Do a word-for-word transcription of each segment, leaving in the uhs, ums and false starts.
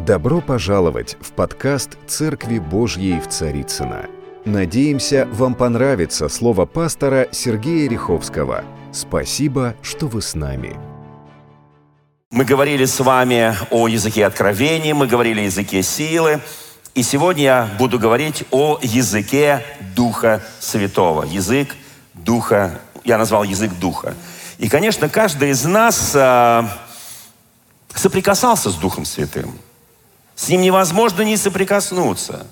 Добро пожаловать в подкаст «Церкви Божьей в Царицыно». Надеемся, вам понравится слово пастора Сергея Риховского. Спасибо, что вы с нами. Мы говорили с вами о языке откровений, мы говорили о языке силы. И сегодня я буду говорить о языке Духа Святого. Язык Духа, я назвал язык Духа. И, конечно, каждый из нас а, соприкасался с Духом Святым. С ним невозможно не соприкоснуться.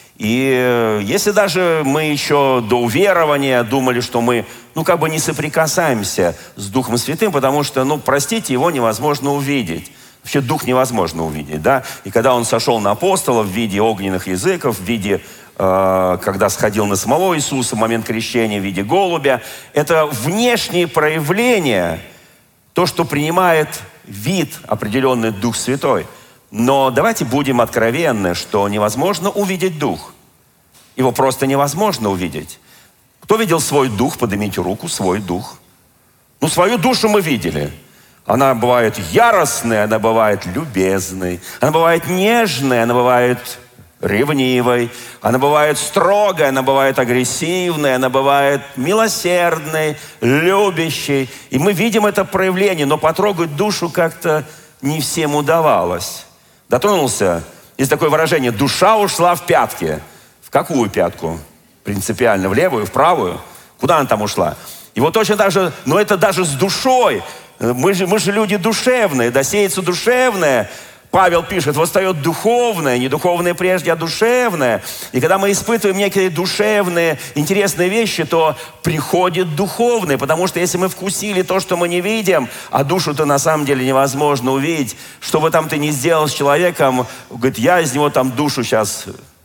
И если даже мы еще до уверования думали, что мы, ну, как бы не соприкасаемся с Духом Святым, потому что, ну, простите, его невозможно увидеть. Вообще Дух невозможно увидеть, да? И когда он сошел на апостолов в виде огненных языков, в виде, э, когда сходил на самого Иисуса в момент крещения, в виде голубя, это внешние проявления, то, что принимает вид определенный Дух Святой. Но давайте будем откровенны, что невозможно увидеть Дух. Его просто невозможно увидеть. Кто видел свой Дух? Поднимите руку, свой Дух. Ну, свою душу мы видели. Она бывает яростной, она бывает любезной, она бывает нежной, она бывает ревнивой, она бывает строгой, она бывает агрессивной, она бывает милосердной, любящей. И мы видим это проявление, но потрогать душу как-то не всем удавалось. Дотронулся, есть такое выражение, душа ушла в пятки. В какую пятку? Принципиально, в левую, в правую? Куда она там ушла? И вот точно так же, но это даже с душой. Мы же, мы же люди душевные, да, сеется душевное. Павел пишет, восстает духовное, не духовное прежде, а душевное. И когда мы испытываем некие душевные, интересные вещи, то приходит духовное. Потому что если мы вкусили то, что мы не видим, а душу-то на самом деле невозможно увидеть, что бы там ты ни сделал с человеком, говорит, я из него там душу сейчас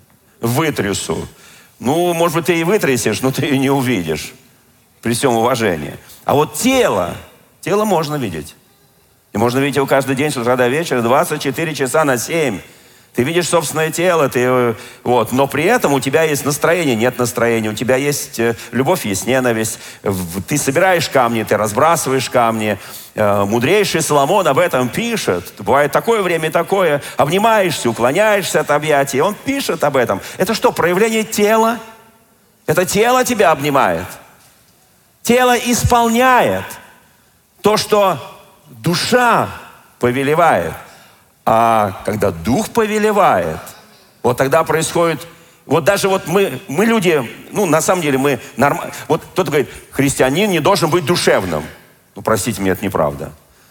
вытрясу. Ну, может быть, ты и вытрясешь, но ты ее не увидишь. При всем уважении. А вот тело, тело можно видеть. И можно видеть его каждый день с утра до вечера, двадцать четыре часа на семь. Ты видишь собственное тело, ты, вот, но при этом у тебя есть настроение, нет настроения, у тебя есть любовь, есть ненависть. Ты собираешь камни, ты разбрасываешь камни. Мудрейший Соломон об этом пишет. Бывает такое время, такое. Обнимаешься, уклоняешься от объятий. Он пишет об этом. Это что, проявление тела? Это тело тебя обнимает. Тело исполняет то, что душа повелевает. А когда дух повелевает, вот тогда происходит... Вот даже вот мы, мы люди, ну, на самом деле мы нормально... Вот кто-то говорит, христианин не должен быть душевным. Ну, простите меня, это неправда.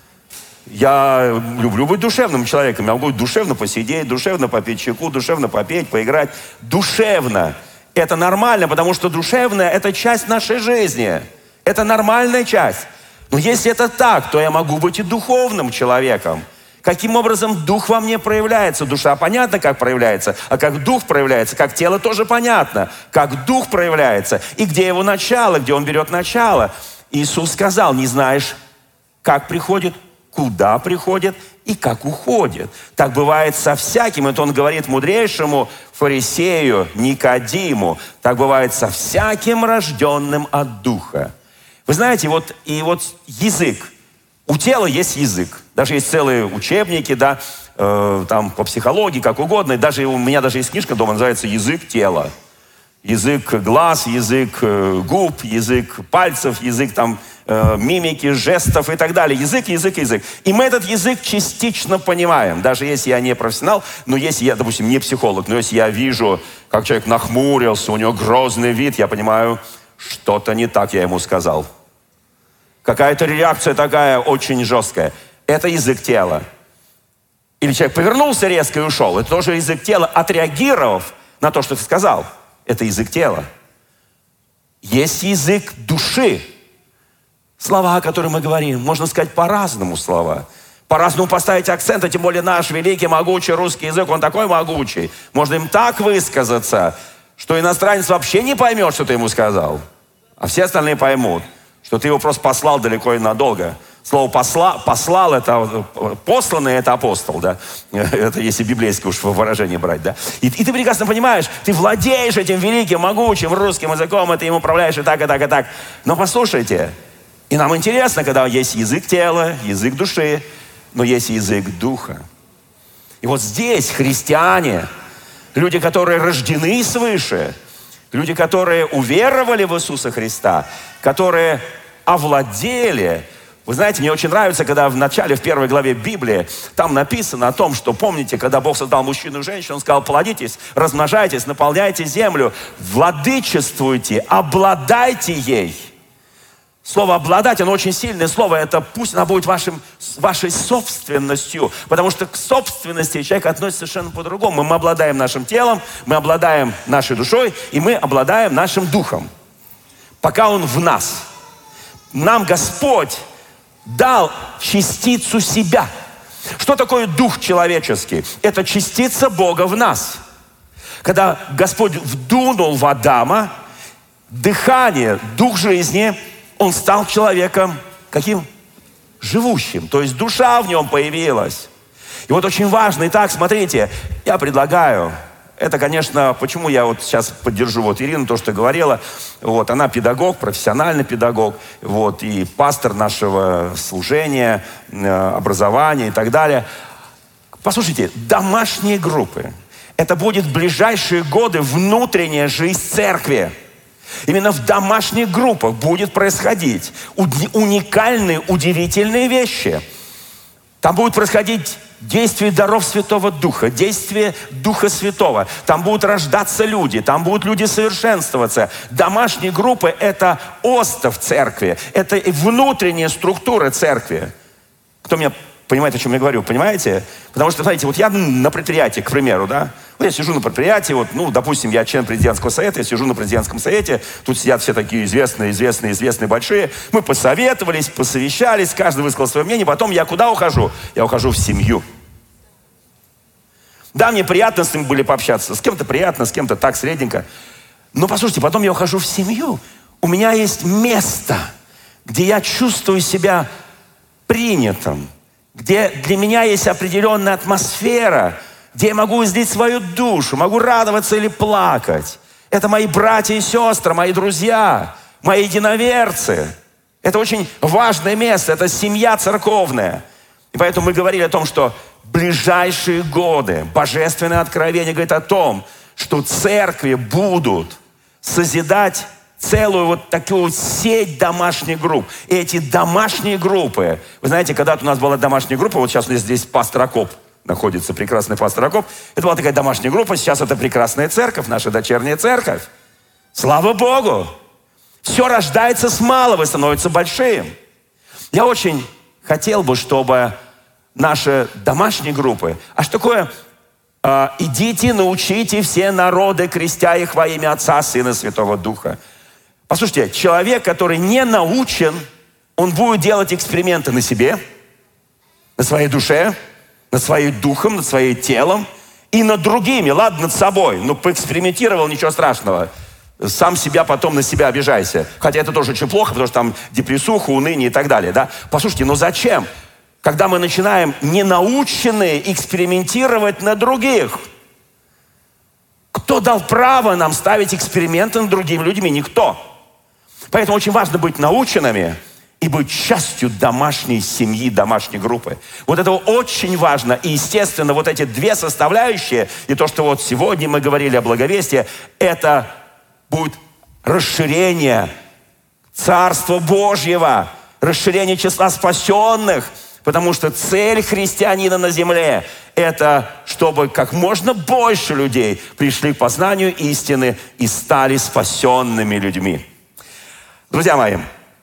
Я люблю быть душевным человеком. Я могу душевно посидеть, душевно попить чайку, душевно попеть, поиграть. Душевно. Это нормально, потому что душевное – это часть нашей жизни. Это нормальная часть. Но если это так, то я могу быть и духовным человеком. Каким образом дух во мне проявляется? Душа понятно, как проявляется. А как дух проявляется, как тело тоже понятно. Как дух проявляется. И где его начало, где он берет начало. Иисус сказал, не знаешь, как приходит, куда приходит и как уходит. Так бывает со всяким. Это он говорит мудрейшему фарисею Никодиму. Так бывает со всяким рожденным от духа. Вы знаете, вот, и вот язык. У тела есть язык. Даже есть целые учебники, да, э, там по психологии, как угодно. И даже у меня даже есть книжка дома, называется «Язык тела». Язык глаз, язык э, губ, язык пальцев, язык там э, мимики, жестов и так далее. Язык, язык, язык. И мы этот язык частично понимаем. Даже если я не профессионал, но если я, допустим, не психолог, но если я вижу, как человек нахмурился, у него грозный вид, я понимаю, что-то не так я ему сказал. Какая-то реакция такая очень жесткая. Это язык тела. Или человек повернулся резко и ушел. Это тоже язык тела, отреагировав на то, что ты сказал. Это язык тела. Есть язык души. Слова, о которых мы говорим, можно сказать по-разному слова. По-разному поставить акцент, а тем более наш великий, могучий русский язык, он такой могучий. Можно им так высказаться, что иностранец вообще не поймет, что ты ему сказал. А все остальные поймут, что ты его просто послал далеко и надолго. Слово посла, «послал» — это посланный, это апостол, да. Это если библейское уж выражение брать, да. И, и ты прекрасно понимаешь, ты владеешь этим великим, могучим русским языком, и ты им управляешь и так, и так, и так. Но послушайте, и нам интересно, когда есть язык тела, язык души, но есть язык духа. И вот здесь христиане, люди, которые рождены свыше, люди, которые уверовали в Иисуса Христа, которые овладели. Вы знаете, мне очень нравится, когда в начале, в первой главе Библии, там написано о том, что, помните, когда Бог создал мужчину и женщину, Он сказал: плодитесь, размножайтесь, наполняйте землю, владычествуйте, обладайте ей. Слово «обладать», оно очень сильное слово. Это пусть оно будет вашим, вашей собственностью. Потому что к собственности человек относится совершенно по-другому. Мы обладаем нашим телом, мы обладаем нашей душой, и мы обладаем нашим духом. Пока Он в нас. Нам Господь дал частицу себя. Что такое дух человеческий? Это частица Бога в нас. Когда Господь вдунул в Адама дыхание, дух жизни, он стал человеком каким? Живущим. То есть душа в нем появилась. И вот очень важно. Итак, смотрите, я предлагаю, это, конечно, почему я вот сейчас поддержу вот Ирину, то, что говорила. Вот, она педагог, профессиональный педагог, вот, и пастор нашего служения, образования и так далее. Послушайте, домашние группы. Это будет в ближайшие годы внутренняя жизнь церкви. Именно в домашних группах будет происходить уникальные, удивительные вещи. Там будет происходить действие даров Святого Духа, действие Духа Святого. Там будут рождаться люди, там будут люди совершенствоваться. Домашние группы – это остов церкви, это внутренняя структура церкви. Кто меня понимает, о чем я говорю, понимаете? Потому что, знаете, вот я на предприятии, к примеру, да, вот я сижу на предприятии, вот, ну, допустим, я член президентского совета, я сижу на президентском совете, тут сидят все такие известные, известные, известные, большие. Мы посоветовались, посовещались, каждый высказал свое мнение, потом я куда ухожу? Я ухожу в семью. Да, мне приятно с ними были пообщаться, с кем-то приятно, с кем-то так, средненько. Но, послушайте, потом я ухожу в семью. У меня есть место, где я чувствую себя принятым, где для меня есть определенная атмосфера, где я могу излить свою душу, могу радоваться или плакать. Это мои братья и сестры, мои друзья, мои единоверцы. Это очень важное место, это семья церковная. И поэтому мы говорили о том, что ближайшие годы божественное откровение говорит о том, что церкви будут созидать целую вот такую вот сеть домашних групп. И эти домашние группы, вы знаете, когда-то у нас была домашняя группа, вот сейчас у нас здесь пастор Акоп находится, прекрасный пастор Акоп. Это была такая домашняя группа, сейчас это прекрасная церковь, наша дочерняя церковь. Слава Богу! Все рождается с малого и становится большим. Я очень хотел бы, чтобы наши домашние группы, а что такое э, идите, научите все народы, крестя их во имя Отца, Сына, Святого Духа. Послушайте, человек, который не научен, он будет делать эксперименты на себе, на своей душе, над своим духом, над своим телом и над другими. Ладно, над собой. Ну, поэкспериментировал, ничего страшного. Сам себя потом на себя обижайся. Хотя это тоже очень плохо, потому что там депрессуха, уныние и так далее. Да? Послушайте, но зачем? Когда мы начинаем ненаученные экспериментировать на других. Кто дал право нам ставить эксперименты над другими людьми? Никто. Поэтому очень важно быть наученными и быть частью домашней семьи, домашней группы. Вот это очень важно. И, естественно, вот эти две составляющие, и то, что вот сегодня мы говорили о благовестии, это будет расширение Царства Божьего, расширение числа спасенных, потому что цель христианина на земле – это чтобы как можно больше людей пришли к познанию истины и стали спасенными людьми. Друзья мои,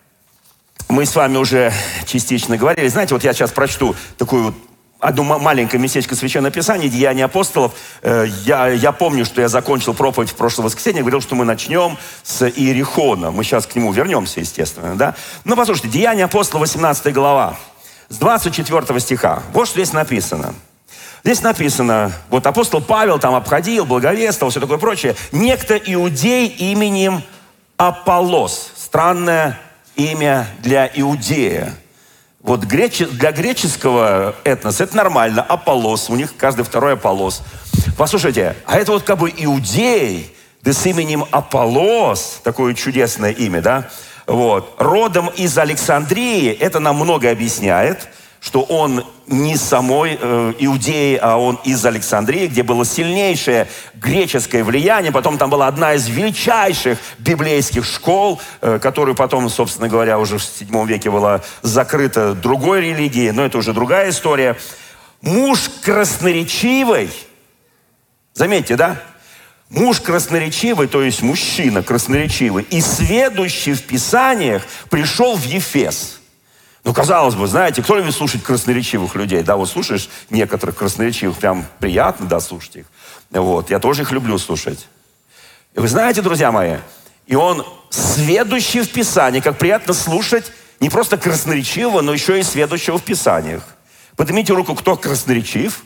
мы с вами уже частично говорили. Знаете, вот я сейчас прочту такую вот одно маленькое местечко Священного Писания, Деяния апостолов. Я, я помню, что я закончил проповедь в прошлое воскресенье, говорил, что мы начнем с Иерихона. Мы сейчас к нему вернемся, естественно, да? Но послушайте, Деяния апостолов, восемнадцатая глава, с двадцать четвёртого стиха. Вот что здесь написано. Здесь написано, вот апостол Павел там обходил, благовествовал, все такое прочее. Некто иудей именем Аполлос. Странное имя для иудея. Вот грече, для греческого этноса это нормально. Аполлос, у них каждый второй Аполлос. Послушайте, а это вот как бы иудей, да с именем Аполлос, такое чудесное имя, да? Вот. Родом из Александрии, это нам многое объясняет. что он не самой э, Иудеи, а он из Александрии, где было сильнейшее греческое влияние. Потом там была одна из величайших библейских школ, э, которую потом, собственно говоря, уже в седьмом веке была закрыта другой религией, но это уже другая история. Муж красноречивый, заметьте, да? Муж красноречивый, то есть мужчина красноречивый, и сведущий в Писаниях пришел в Ефес. Ну, казалось бы, знаете, кто любит слушать красноречивых людей? Да, вот слушаешь некоторых красноречивых, прям приятно, да, слушать их. Вот, я тоже их люблю слушать. И вы знаете, друзья мои, и он сведущий в Писании, как приятно слушать не просто красноречивого, но еще и сведущего в Писаниях. Поднимите руку, кто красноречив.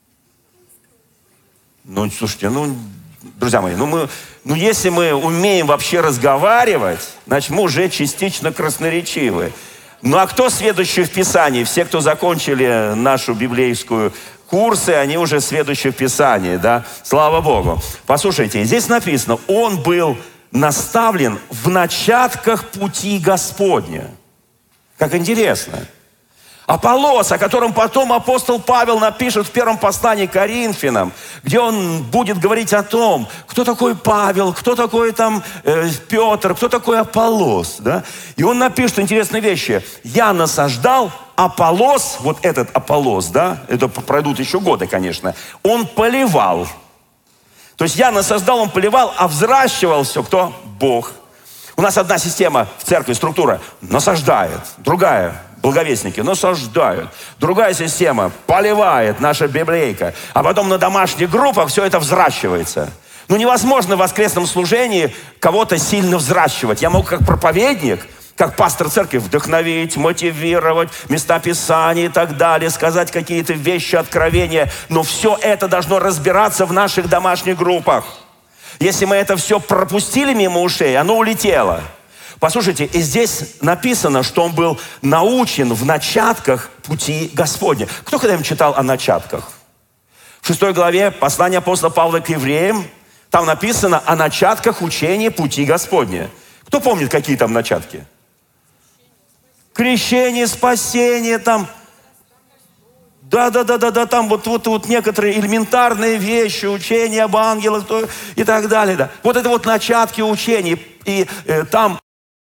Ну, слушайте, ну, друзья мои, ну, мы, ну, если мы умеем вообще разговаривать, значит, мы уже частично красноречивы. Ну, а кто сведущий в Писании? Все, кто закончили нашу библейскую курсы, они уже сведущие в Писании, да? Слава Богу. Послушайте, здесь написано, он был наставлен в начатках пути Господня. Как интересно. Аполлос, о котором потом апостол Павел напишет в первом послании к Коринфянам, где он будет говорить о том, кто такой Павел, кто такой там э, Петр, кто такой Аполлос. Да? И он напишет интересные вещи. «Я насаждал, Аполлос», вот этот Аполлос, да, это пройдут еще годы, конечно, он поливал. То есть я насаждал, он поливал, а взращивал все кто? Бог. У нас одна система в церкви, структура, насаждает, другая – благовестники насаждают. Другая система поливает, наша библейка. А потом на домашних группах все это взращивается. Ну невозможно в воскресном служении кого-то сильно взращивать. Я могу как проповедник, как пастор церкви вдохновить, мотивировать, места Писания и так далее, сказать какие-то вещи, откровения. Но все это должно разбираться в наших домашних группах. Если мы это все пропустили мимо ушей, оно улетело. Послушайте, и здесь написано, что он был научен в начатках пути Господня. Кто когда-нибудь читал о начатках? В шестой главе послания апостола Павла к евреям, там написано о начатках учения пути Господня. Кто помнит, какие там начатки? Крещение, спасение, там... Да-да-да-да, там вот, вот, вот некоторые элементарные вещи, учения об ангелах и так далее. Да. Вот это вот начатки учений. И э, там...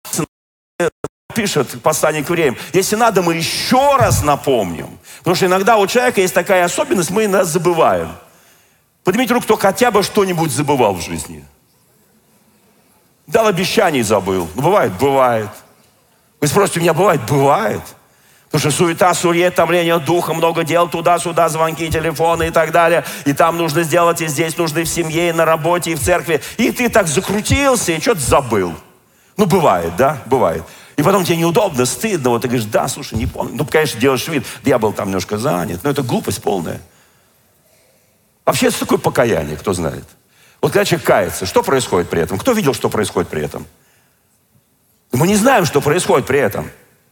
пишет послание к евреям, если надо, мы еще раз напомним. Потому что иногда у человека есть такая особенность, мы нас забываем. Поднимите руку, кто хотя бы что-нибудь забывал в жизни. Дал обещание и забыл. Ну, бывает? Бывает. Вы спросите, у меня бывает? Бывает. Потому что суета, сует, томление духа, много дел, туда-сюда, звонки, телефоны и так далее. И там нужно сделать, и здесь нужно, и в семье, и на работе, и в церкви. И ты так закрутился, и что-то забыл. Ну, бывает, да? Бывает. И потом тебе неудобно, стыдно. Вот ты говоришь, да, слушай, не помню. Ну, конечно, делаешь вид, да я был там немножко занят. Но это глупость полная. Вообще, что такое покаяние, кто знает? Вот когда человек кается, что происходит при этом? Кто видел, что происходит при этом? Мы не знаем, что происходит при этом.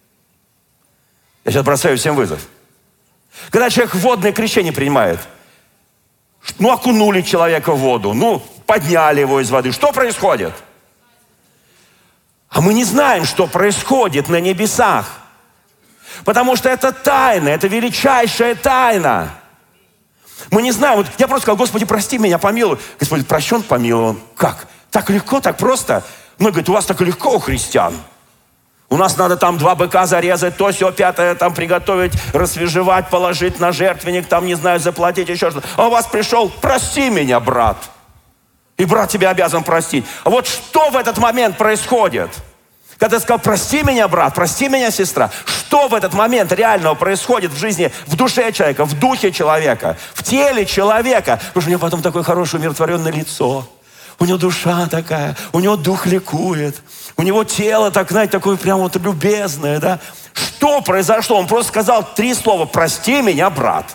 Я сейчас бросаю всем вызов. Когда человек водное крещение принимает, ну, окунули человека в воду, ну, подняли его из воды. Что происходит? А мы не знаем, что происходит на небесах. Потому что это тайна, это величайшая тайна. Мы не знаем. Вот я просто сказал, Господи, прости меня, помилуй. Господи, прощен, помилован. Как? Так легко, так просто? Многие говорят, у вас так легко, у христиан. У нас надо там два быка зарезать, то, сё, пятое там приготовить, расвежевать, положить на жертвенник, там, не знаю, заплатить, еще что-то. А у вас пришел, прости меня, брат. И брат тебя обязан простить. А вот что в этот момент происходит? Когда ты сказал, прости меня, брат, прости меня, сестра. Что в этот момент реального происходит в жизни, в душе человека, в духе человека, в теле человека? Потому что у него потом такое хорошее умиротворенное лицо. У него душа такая, у него дух ликует. У него тело, так, знаете, такое прям вот любезное, да? Что произошло? Он просто сказал три слова, прости меня, брат.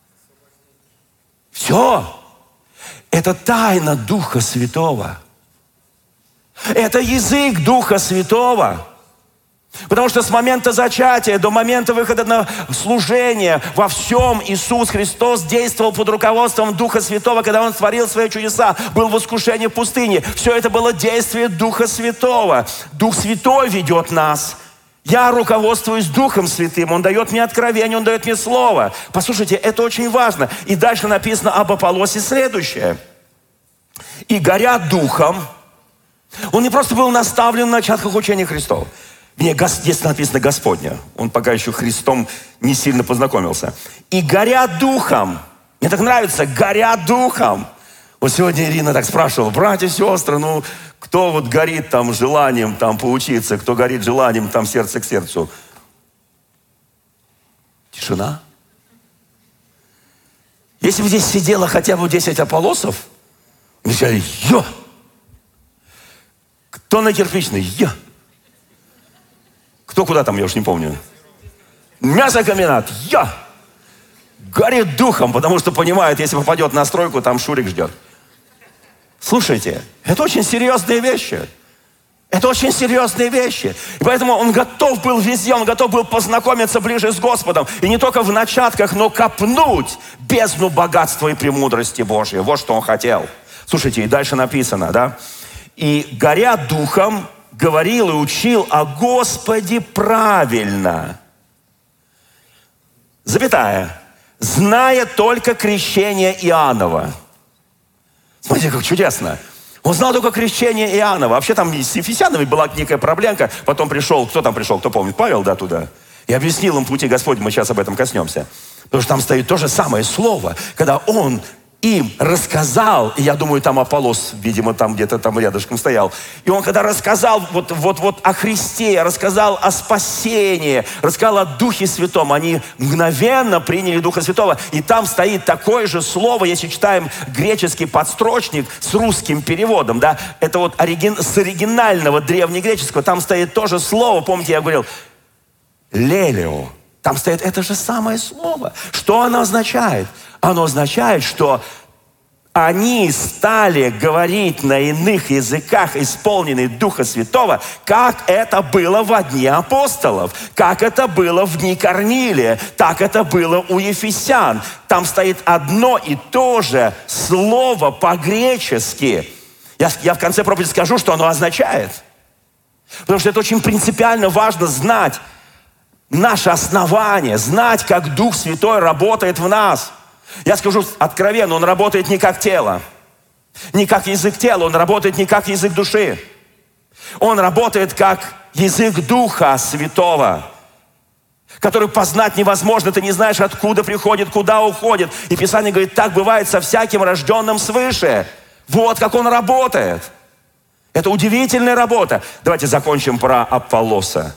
Все. Это тайна Духа Святого. Это язык Духа Святого. Потому что с момента зачатия до момента выхода на служение во всем Иисус Христос действовал под руководством Духа Святого, когда Он творил свои чудеса, был в искушении в пустыне. Все это было действие Духа Святого. Дух Святой ведет нас Я руководствуюсь Духом Святым. Он дает мне откровение, Он дает мне Слово. Послушайте, это очень важно. И дальше написано об Аполлосе следующее. И горя Духом, он не просто был наставлен на начатках учения Христова. Мне здесь написано Господня. Он пока еще Христом не сильно познакомился. И горя Духом. Мне так нравится, горя Духом. Вот сегодня Ирина так спрашивала: братья и сестры, ну, кто вот горит там желанием там поучиться, кто горит желанием там сердце к сердцу? Тишина. Если бы здесь сидело хотя бы десять Аполлосов, они сказали: йо! Кто на кирпичной? Йо! Кто куда там, я уж не помню. Мясокомбинат. Йо! Горит духом, потому что понимает, если попадет на стройку, там Шурик ждет. Слушайте, это очень серьезные вещи. Это очень серьезные вещи. И поэтому он готов был везде, он готов был познакомиться ближе с Господом. И не только в начатках, но копнуть бездну богатства и премудрости Божьей. Вот что он хотел. Слушайте, и дальше написано, да? И горя духом, говорил и учил о Господе правильно. Запятая. Зная только крещение Иоаннова. Смотрите, как чудесно. Он знал только крещение Иоаннова. Вообще там с Ефесянами была некая проблемка. Потом пришел, кто там пришел, кто помнит? Павел, да, туда. И объяснил им пути Господня. Мы сейчас об этом коснемся. Потому что там стоит то же самое слово. Когда он им рассказал, и я думаю, там Аполлос, видимо, там где-то там рядышком стоял. И он когда рассказал вот, вот, вот о Христе, рассказал о спасении, рассказал о Духе Святом, они мгновенно приняли Духа Святого. И там стоит такое же слово, если читаем греческий подстрочник с русским переводом, да, это вот оригин, с оригинального древнегреческого, там стоит то же слово, помните, я говорил, лелео. Там стоит это же самое слово. Что оно означает? Оно означает, что они стали говорить на иных языках, исполненных Духа Святого, как это было во дни апостолов, как это было в дни Корнилия, так это было у ефесян. Там стоит одно и то же слово по-гречески. Я, я в конце проповеди скажу, что оно означает. Потому что это очень принципиально важно знать наше основание, знать, как Дух Святой работает в нас. Я скажу откровенно, Он работает не как тело, не как язык тела, Он работает не как язык души. Он работает как язык Духа Святого, который познать невозможно. Ты не знаешь, откуда приходит, куда уходит. И Писание говорит, так бывает со всяким рожденным свыше. Вот как Он работает. Это удивительная работа. Давайте закончим про Аполлоса.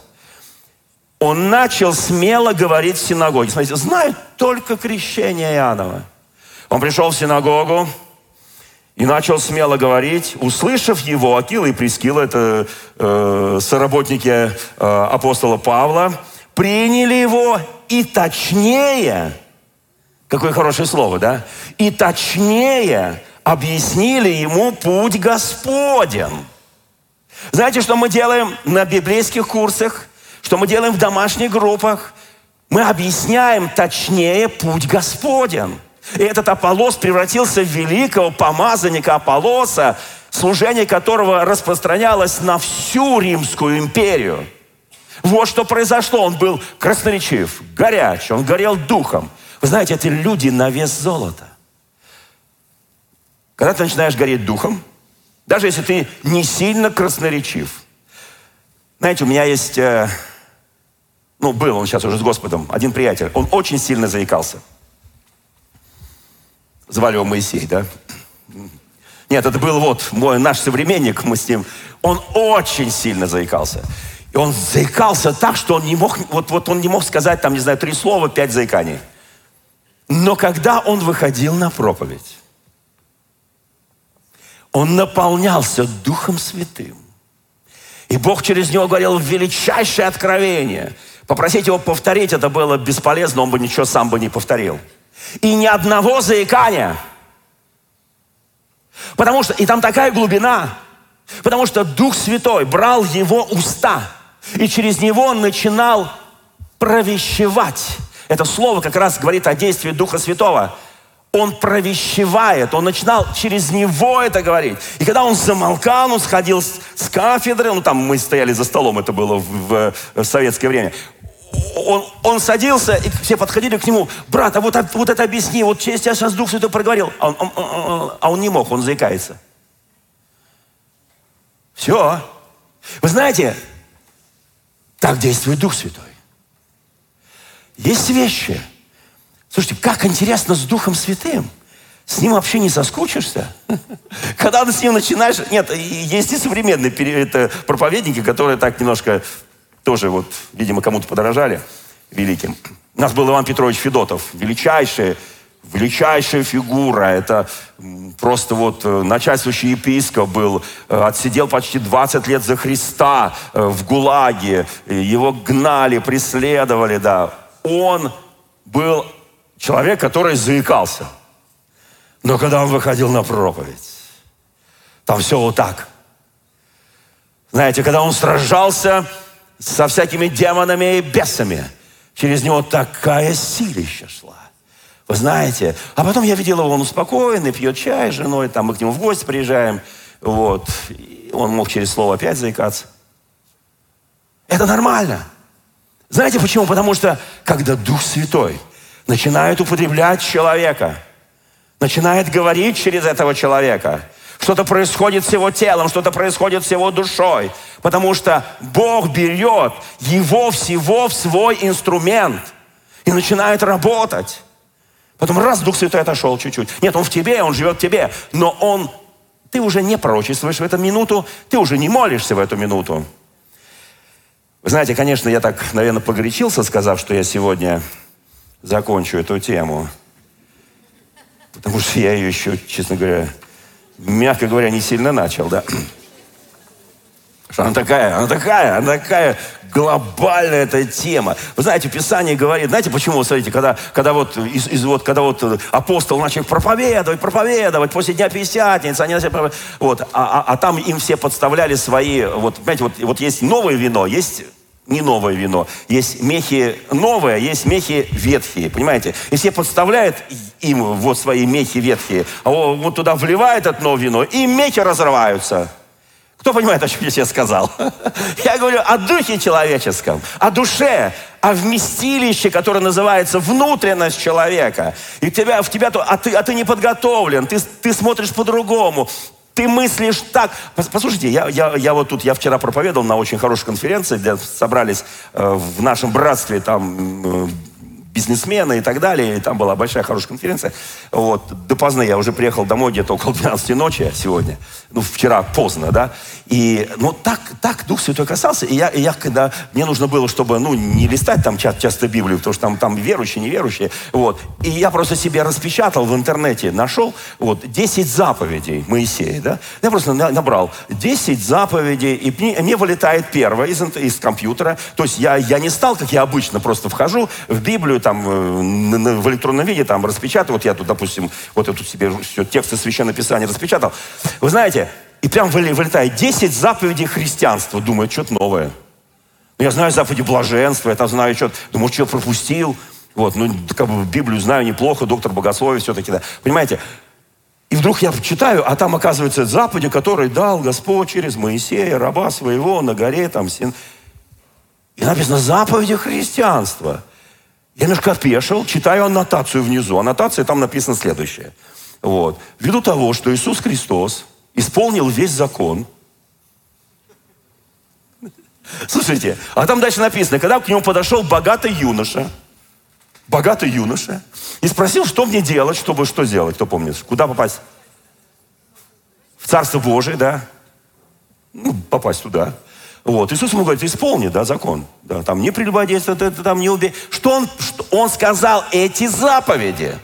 Он начал смело говорить в синагоге. Смотрите, знает только крещение Иоаннова. Он пришел в синагогу и начал смело говорить. Услышав его, Акила и Прискила, это э, соработники э, апостола Павла, приняли его и точнее, какое хорошее слово, да? И точнее объяснили ему путь Господен. Знаете, что мы делаем на библейских курсах? Что мы делаем в домашних группах? Мы объясняем точнее путь Господен. И этот Аполлос превратился в великого помазанника Аполлоса, служение которого распространялось на всю Римскую империю. Вот что произошло. Он был красноречив, горяч, он горел духом. Вы знаете, это люди на вес золота. Когда ты начинаешь гореть духом, даже если ты не сильно красноречив. Знаете, у меня есть... Э, Ну, был он сейчас уже с Господом, один приятель. Он очень сильно заикался. Звали его Моисей, да? Нет, это был вот мой, наш современник, мы с ним. Он очень сильно заикался. И он заикался так, что он не мог, вот, вот он не мог сказать, там, не знаю, три слова, пять заиканий. Но когда он выходил на проповедь, он наполнялся Духом Святым. И Бог через него говорил величайшее откровение. Попросить его повторить, это было бесполезно, он бы ничего сам бы не повторил. И ни одного заикания. Потому что, и там такая глубина, потому что Дух Святой брал его уста, и через него он начинал провещевать. Это слово как раз говорит о действии Духа Святого. он провещевает, он начинал через него это говорить. И когда он замолкал, он сходил с, с кафедры, ну там мы стояли за столом, это было в, в, в советское время. Он, он садился, и все подходили к нему: брат, а вот, вот это объясни, вот через тебя сейчас Дух Святой проговорил. А он, он, он, а он не мог, он заикается. Все. Вы знаете, так действует Дух Святой. Есть вещи. Слушайте, как интересно с Духом Святым. С ним вообще не соскучишься. Когда ты с ним начинаешь... Нет, есть и современные это, проповедники, которые так немножко тоже, вот, видимо, кому-то подорожали великим. У нас был Иван Петрович Федотов, величайший, величайшая фигура. Это просто вот начальствующий епископ был, отсидел почти двадцать лет за Христа в ГУЛАГе. Его гнали, преследовали, да. Он был человек, который заикался. Но когда он выходил на проповедь, там все вот так. Знаете, когда он сражался со всякими демонами и бесами, через него такая силища шла. Вы знаете, а потом я видел его, он успокоенный, пьет чай с женой, там мы к нему в гости приезжаем, вот, и он мог через слово опять заикаться. Это нормально. Знаете почему? Потому что, когда Дух Святой начинает употреблять человека, начинает говорить через этого человека, что-то происходит с его телом, что-то происходит с его душой, потому что Бог берет его всего в свой инструмент и начинает работать. Потом раз Дух Святой отошел чуть-чуть. Нет, он в тебе, он живет в тебе, но он, ты уже не пророчествуешь в эту минуту, ты уже не молишься в эту минуту. Вы знаете, конечно, я так, наверное, погорячился, сказав, что я сегодня закончу эту тему. Потому что я ее еще, честно говоря, мягко говоря, не сильно начал, да. Что она такая, она такая, она такая глобальная эта тема. Вы знаете, Писание говорит, знаете, почему, смотрите, когда, когда, вот, из, из, вот, когда вот апостол начал проповедовать, проповедовать после Дня Пятидесятницы, они начали проповедовать, вот, а, а, а там им все подставляли свои, вот, понимаете, вот, вот есть новое вино, есть не новое вино, есть мехи новые, есть мехи ветхие, понимаете? И все подставляют им вот свои мехи ветхие, а вот туда вливают это новое вино, и мехи разрываются. Кто понимает, о чем я сейчас сказал? Я говорю о духе человеческом, о душе, о вместилище, которое называется внутренность человека. И тебя, в тебя, а, ты, а ты не подготовлен, ты, ты смотришь по-другому, ты мыслишь так. Послушайте, я, я, я вот тут, я вчера проповедовал на очень хорошей конференции, где собрались э, в нашем братстве там... Э, бизнесмены и так далее. И там была большая, хорошая конференция. Вот. Допоздна я уже приехал домой где-то около двенадцати ночи сегодня. Ну, вчера поздно, да. И, ну, так, так Дух Святой касался. И я, и я, когда мне нужно было, чтобы, ну, не листать там часто, часто Библию, потому что там, там верующие, неверующие. Вот. И я просто себе распечатал в интернете, нашел, вот, десять заповедей Моисея, да. Я просто набрал десять заповедей, и мне, мне вылетает первая из, из компьютера. То есть я, я не стал, как я обычно, просто вхожу в Библию, там, в электронном виде, там, распечатал. Вот я тут, допустим, вот эту себе все, тексты Священного Писания распечатал. Вы знаете, и прям вылетает десять заповедей христианства. Думаю, что-то новое. Ну, я знаю заповеди блаженства, я там знаю что-то. Думаю, что пропустил. Вот, ну, как бы Библию знаю неплохо, доктор богословия все-таки, да. Понимаете? И вдруг я читаю, а там, оказывается, заповеди, которые дал Господь через Моисея, раба своего, на горе, там, син. И написано заповеди христианства. Я немножко опешил, читаю аннотацию внизу. Аннотация, там написано следующее. Вот. Ввиду того, что Иисус Христос исполнил весь закон. Слушайте, а там дальше написано, когда к нему подошел богатый юноша, богатый юноша, и спросил, что мне делать, чтобы что сделать, кто помнит, куда попасть? В Царство Божие, да? Ну, попасть туда. Вот. Иисус ему говорит, исполни, да, закон. Да, там не прелюбодействуй, там не убей. Что он, что он сказал эти заповеди.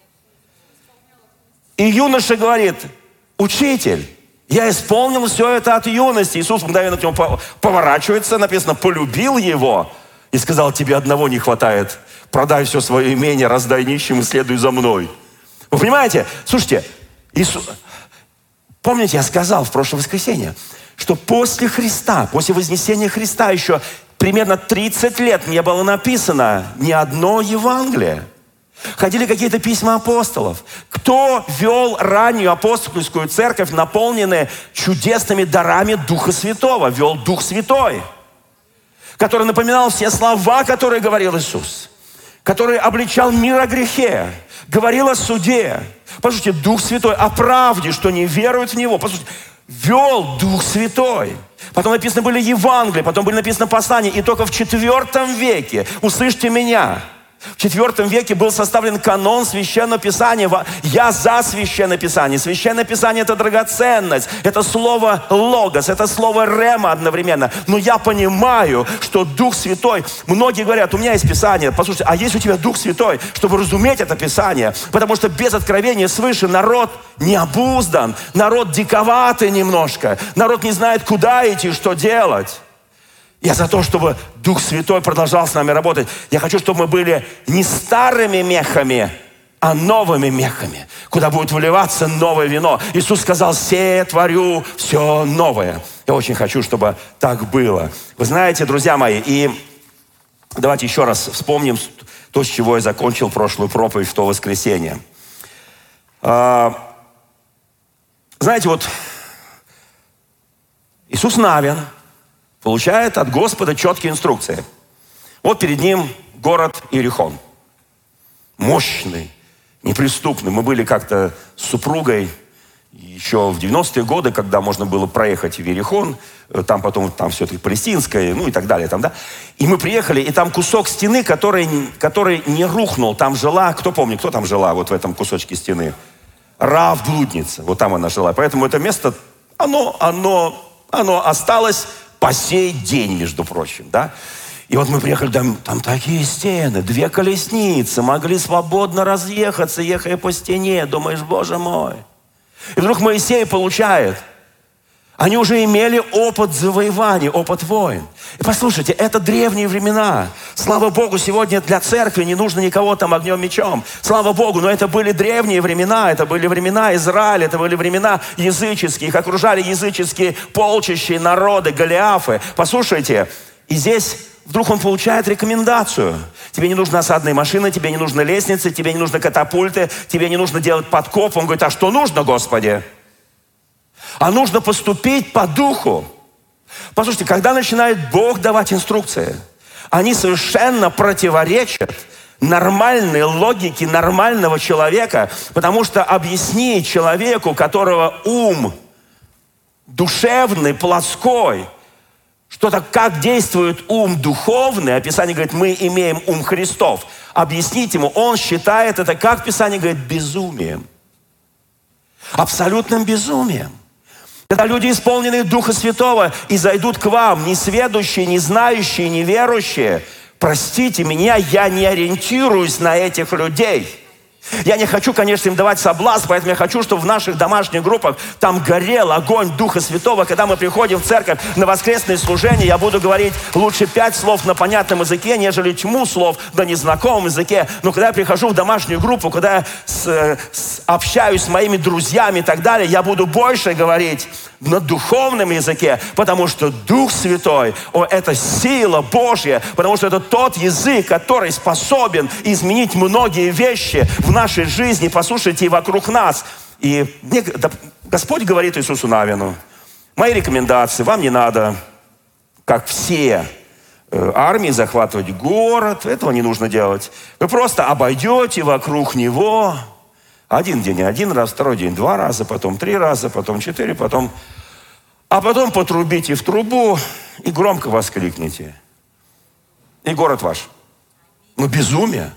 И юноша говорит, учитель, я исполнил все это от юности. Иисус мгновенно к нему поворачивается, написано, полюбил его и сказал, тебе одного не хватает. Продай все свое имение, раздай нищим и следуй за мной. Вы понимаете? Слушайте, Иисус... Помните, я сказал в прошлое воскресенье, что после Христа, после вознесения Христа еще примерно тридцать лет не было написано ни одно Евангелие. Ходили какие-то письма апостолов. Кто вел раннюю апостольскую церковь, наполненную чудесными дарами Духа Святого? Вел Дух Святой, который напоминал все слова, которые говорил Иисус, который обличал мир о грехе, говорил о суде. Послушайте, Дух Святой о правде, что не веруют в Него. Послушайте, вел Дух Святой. Потом написаны были Евангелия, потом были написаны послания. И только в четвертом веке, услышьте меня, в четвертом веке был составлен канон Священного Писания. Я за Священное Писание. Священное Писание – это драгоценность. Это слово «логос», это слово «рема» одновременно. Но я понимаю, что Дух Святой... Многие говорят, у меня есть Писание. Послушайте, а есть у тебя Дух Святой, чтобы разуметь это Писание? Потому что без откровения свыше народ не обуздан. Народ диковатый немножко. Народ не знает, куда идти, что делать. Я за то, чтобы Дух Святой продолжал с нами работать. Я хочу, чтобы мы были не старыми мехами, а новыми мехами, куда будет выливаться новое вино. Иисус сказал: «Се творю все новое». Я очень хочу, чтобы так было. Вы знаете, друзья мои, и давайте еще раз вспомним то, с чего я закончил прошлую проповедь в то воскресенье. А, знаете, вот Иисус Навин получает от Господа четкие инструкции. Вот перед ним город Иерихон. Мощный, неприступный. Мы были как-то с супругой еще в девяностые годы, когда можно было проехать в Иерихон. Там потом там все-таки палестинское, ну и так далее. Там, да? И мы приехали, и там кусок стены, который, который не рухнул. Там жила, кто помнит, кто там жила вот в этом кусочке стены? Раав блудница. Вот там она жила. Поэтому это место, оно, оно, оно осталось по сей день, между прочим, да? И вот мы приехали, там, там такие стены, две колесницы, могли свободно разъехаться, ехая по стене. Думаешь, Боже мой. И вдруг Моисей получает. Они уже имели опыт завоевания, опыт войн. И послушайте, это древние времена. Слава Богу, сегодня для церкви не нужно никого там огнем, мечом. Слава Богу, но это были древние времена, это были времена Израиля, это были времена языческие, их окружали языческие полчища, народы, Голиафы. Послушайте, и здесь вдруг он получает рекомендацию. Тебе не нужны осадные машины, тебе не нужны лестницы, тебе не нужны катапульты, тебе не нужно делать подкоп. Он говорит: а что нужно, Господи? А нужно поступить по духу. Послушайте, когда начинает Бог давать инструкции, они совершенно противоречат нормальной логике нормального человека, потому что объяснить человеку, у которого ум душевный, плотской, что-то, как действует ум духовный, а Писание говорит, мы имеем ум Христов, объяснить ему, он считает это, как Писание говорит, безумием. Абсолютным безумием. Когда люди, исполненные Духа Святого, и зайдут к вам, несведущие, не знающие, неверующие, простите меня, я не ориентируюсь на этих людей. Я не хочу, конечно, им давать соблазн, поэтому я хочу, чтобы в наших домашних группах там горел огонь Духа Святого. Когда мы приходим в церковь на воскресное служение, я буду говорить лучше пять слов на понятном языке, нежели тьму слов на незнакомом языке. Но когда я прихожу в домашнюю группу, когда я с, с, общаюсь с моими друзьями и так далее, я буду больше говорить на духовном языке, потому что Дух Святой, о, это сила Божья, потому что это тот язык, который способен изменить многие вещи в нашей жизни, послушайте, и вокруг нас. И мне, да, Господь говорит Иисусу Навину: мои рекомендации, вам не надо, как все э, армии, захватывать город, этого не нужно делать. Вы просто обойдете вокруг него. Один день один раз, второй день два раза, потом три раза, потом четыре, потом... А потом потрубите в трубу и громко воскликните. И город ваш. Ну, безумие.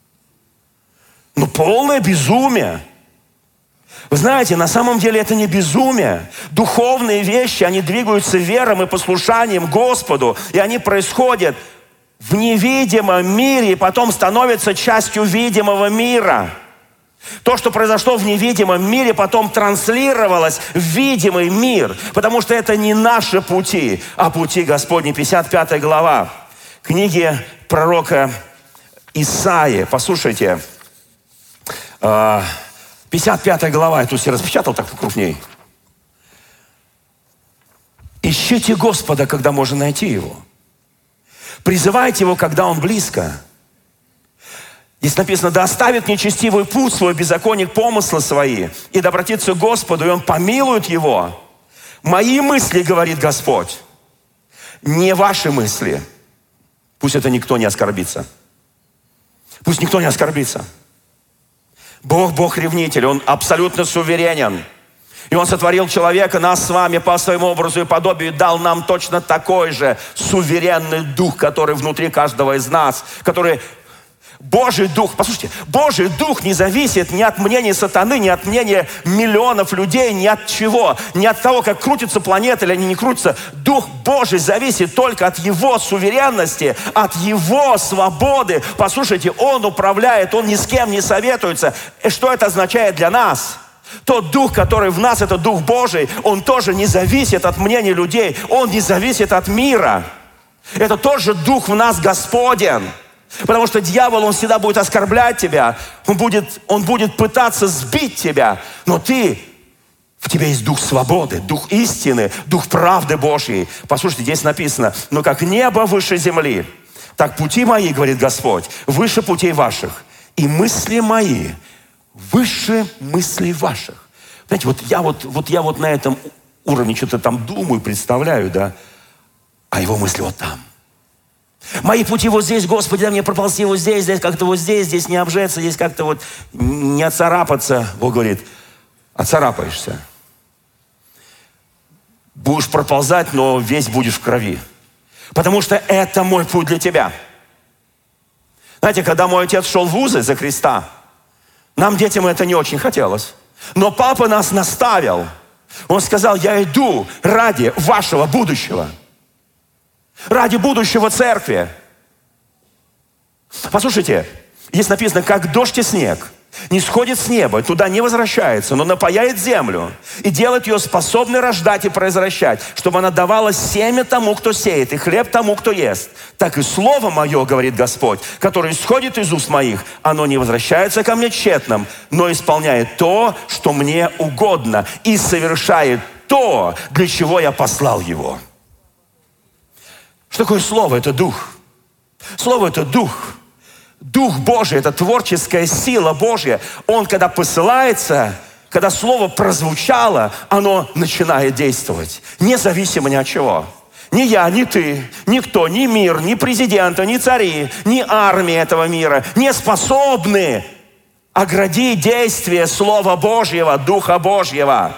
Ну, полное безумие. Вы знаете, на самом деле это не безумие. Духовные вещи, они двигаются верой и послушанием Господу. И они происходят в невидимом мире и потом становятся частью видимого мира. То, что произошло в невидимом мире, потом транслировалось в видимый мир. Потому что это не наши пути, а пути Господни. пятьдесят пятая глава книги пророка Исаии. Послушайте, пятьдесят пятая глава, я тут себе распечатал так покрупней. Ищите Господа, когда можно найти Его. Призывайте Его, когда Он близко. Здесь написано: да оставит нечестивый путь свой, беззаконник помыслы свои, и да обратится к Господу, и Он помилует его. Мои мысли, говорит Господь, не ваши мысли. Пусть это никто не оскорбится. Пусть никто не оскорбится. Бог, Бог ревнитель, Он абсолютно суверенен. И Он сотворил человека, нас с вами, по своему образу и подобию, дал нам точно такой же суверенный дух, который внутри каждого из нас, который... Божий Дух, послушайте, Божий Дух не зависит ни от мнения сатаны, ни от мнения миллионов людей, ни от чего, ни от того, как крутится планета или они не крутятся. Дух Божий зависит только от Его суверенности, от Его свободы. Послушайте, Он управляет, Он ни с кем не советуется. И что это означает для нас? Тот Дух, который в нас, это Дух Божий, Он тоже не зависит от мнения людей, Он не зависит от мира. Это тот же Дух в нас Господен. Потому что дьявол, он всегда будет оскорблять тебя, он будет, он будет пытаться сбить тебя, но ты, в тебе есть дух свободы, дух истины, дух правды Божьей. Послушайте, здесь написано: но как небо выше земли, так пути мои, говорит Господь, выше путей ваших, и мысли мои выше мыслей ваших. Знаете, вот я вот, вот я вот на этом уровне что-то там думаю, представляю, да, а его мысли вот там. Мои пути вот здесь, Господи, да мне проползти вот здесь, здесь как-то вот здесь, здесь не обжеться, здесь как-то вот не отцарапаться. Бог говорит: отцарапаешься. Будешь проползать, но весь будешь в крови. Потому что это мой путь для тебя. Знаете, когда мой отец шел в вузы за Христа, нам, детям, это не очень хотелось. Но папа нас наставил. Он сказал: я иду ради вашего будущего. Ради будущего церкви. Послушайте, здесь написано: как дождь и снег не сходит с неба, туда не возвращается, но напояет землю и делает ее способной рождать и произвращать, чтобы она давала семя тому, кто сеет, и хлеб тому, кто ест. Так и слово мое, говорит Господь, которое исходит из уст моих, оно не возвращается ко мне тщетным, но исполняет то, что мне угодно, и совершает то, для чего я послал его. Что такое слово? Это дух. Слово – это дух. Дух Божий – это творческая сила Божья. Он, когда посылается, когда слово прозвучало, оно начинает действовать. Независимо ни от чего. Ни я, ни ты, никто, ни мир, ни президенты, ни цари, ни армии этого мира не способны оградить действие Слова Божьего, Духа Божьего.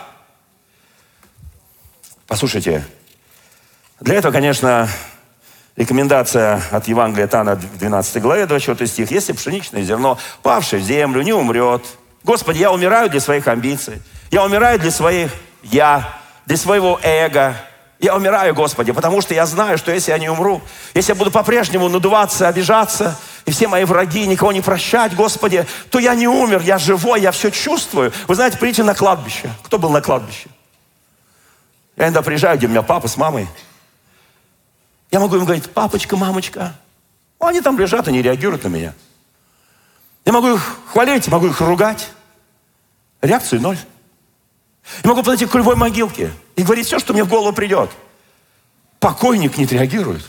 Послушайте, для этого, конечно... Рекомендация от Евангелия от Иоанна в двенадцатой главе, двадцать четвёртый стих. Если пшеничное зерно, павшее в землю, не умрет. Господи, я умираю для своих амбиций. Я умираю для своих «я», для своего эго. Я умираю, Господи, потому что я знаю, что если я не умру, если я буду по-прежнему надуваться, обижаться, и все мои враги, никого не прощать, Господи, то я не умер, я живой, я все чувствую. Вы знаете, придите на кладбище. Кто был на кладбище? Я иногда приезжаю, где у меня папа с мамой. Я могу им говорить: папочка, мамочка. Ну, они там лежат и не реагируют на меня. Я могу их хвалить, могу их ругать. Реакции ноль. Я могу подойти к любой могилке и говорить все, что мне в голову придет. Покойник не реагирует.